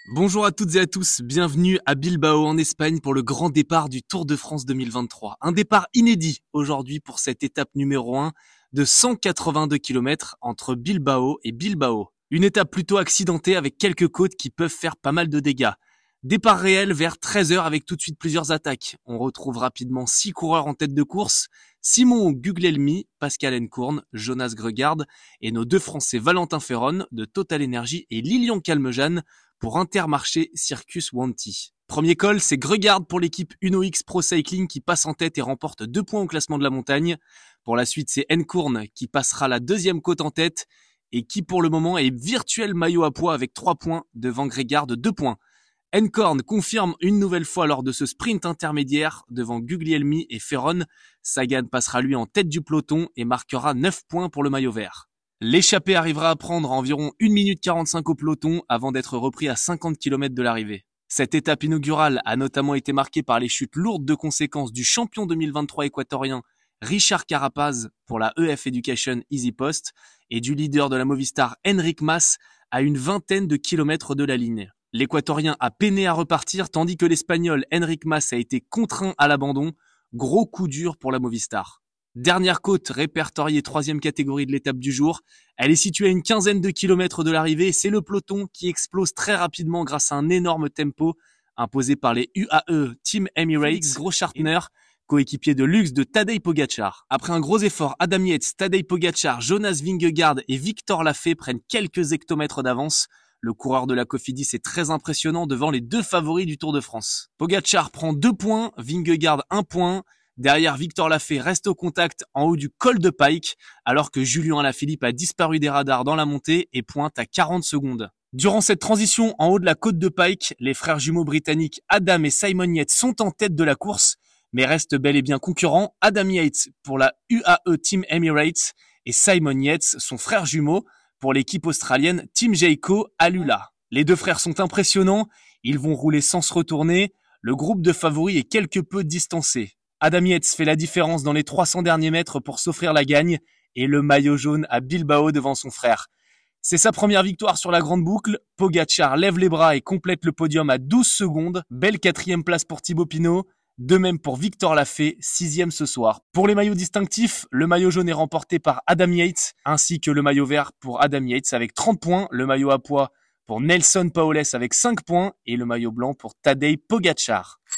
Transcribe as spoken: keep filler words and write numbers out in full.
Bonjour à toutes et à tous, bienvenue à Bilbao en Espagne pour le grand départ du Tour de France deux mille vingt-trois. Un départ inédit aujourd'hui pour cette étape numéro un de cent quatre-vingt-deux kilomètres entre Bilbao et Bilbao. Une étape plutôt accidentée avec quelques côtes qui peuvent faire pas mal de dégâts. Départ réel vers treize heures avec tout de suite plusieurs attaques. On retrouve rapidement six coureurs en tête de course. Simon Guglielmi, Pascal Encourn, Jonas Grøgaard et nos deux Français Valentin Ferron de Total Energy et Lilian Calmejane pour Intermarché Circus Wanty. Premier col, c'est Grøgaard pour l'équipe Uno X Pro Cycling qui passe en tête et remporte deux points au classement de la montagne. Pour la suite, c'est Encourn qui passera la deuxième côte en tête et qui pour le moment est virtuel maillot à poids avec trois points devant Grøgaard deux points. Encourn confirme une nouvelle fois lors de ce sprint intermédiaire devant Guglielmi et Ferron. Sagan passera lui en tête du peloton et marquera neuf points pour le maillot vert. L'échappée arrivera à prendre environ une minute quarante-cinq au peloton avant d'être repris à cinquante kilomètres de l'arrivée. Cette étape inaugurale a notamment été marquée par les chutes lourdes de conséquences du champion deux mille vingt-trois équatorien Richard Carapaz pour la E F Education Easy Post et du leader de la Movistar Enric Mas à une vingtaine de kilomètres de la ligne. L'Équatorien a peiné à repartir tandis que l'Espagnol Enric Mas a été contraint à l'abandon. Gros coup dur pour la Movistar. Dernière côte répertoriée troisième catégorie de l'étape du jour. Elle est située à une quinzaine de kilomètres de l'arrivée et c'est le peloton qui explose très rapidement grâce à un énorme tempo imposé par les U A E Team Emirates, Großschartner, coéquipier de luxe de Tadej Pogačar. Après un gros effort, Adam Yates, Tadej Pogačar, Jonas Vingegaard et Victor Lafay prennent quelques hectomètres d'avance. Le coureur de la Cofidis est très impressionnant devant les deux favoris du Tour de France. Pogačar prend deux points, Vingegaard un point. Derrière, Victor Lafay reste au contact en haut du col de Pike, alors que Julian Alaphilippe a disparu des radars dans la montée et pointe à quarante secondes. Durant cette transition en haut de la côte de Pike, les frères jumeaux britanniques Adam et Simon Yates sont en tête de la course, mais restent bel et bien concurrents. Adam Yates pour la U A E Team Emirates et Simon Yates, son frère jumeau, pour l'équipe australienne Team Jayco Alula. Les deux frères sont impressionnants, ils vont rouler sans se retourner, le groupe de favoris est quelque peu distancé. Adam Yates fait la différence dans les trois cents derniers mètres pour s'offrir la gagne et le maillot jaune à Bilbao devant son frère. C'est sa première victoire sur la grande boucle. Pogačar lève les bras et complète le podium à douze secondes. Belle quatrième place pour Thibaut Pinot. De même pour Victor Lafay, sixième ce soir. Pour les maillots distinctifs, le maillot jaune est remporté par Adam Yates, ainsi que le maillot vert pour Adam Yates avec trente points, le maillot à poids pour Nelson Paoles avec cinq points et le maillot blanc pour Tadej Pogačar.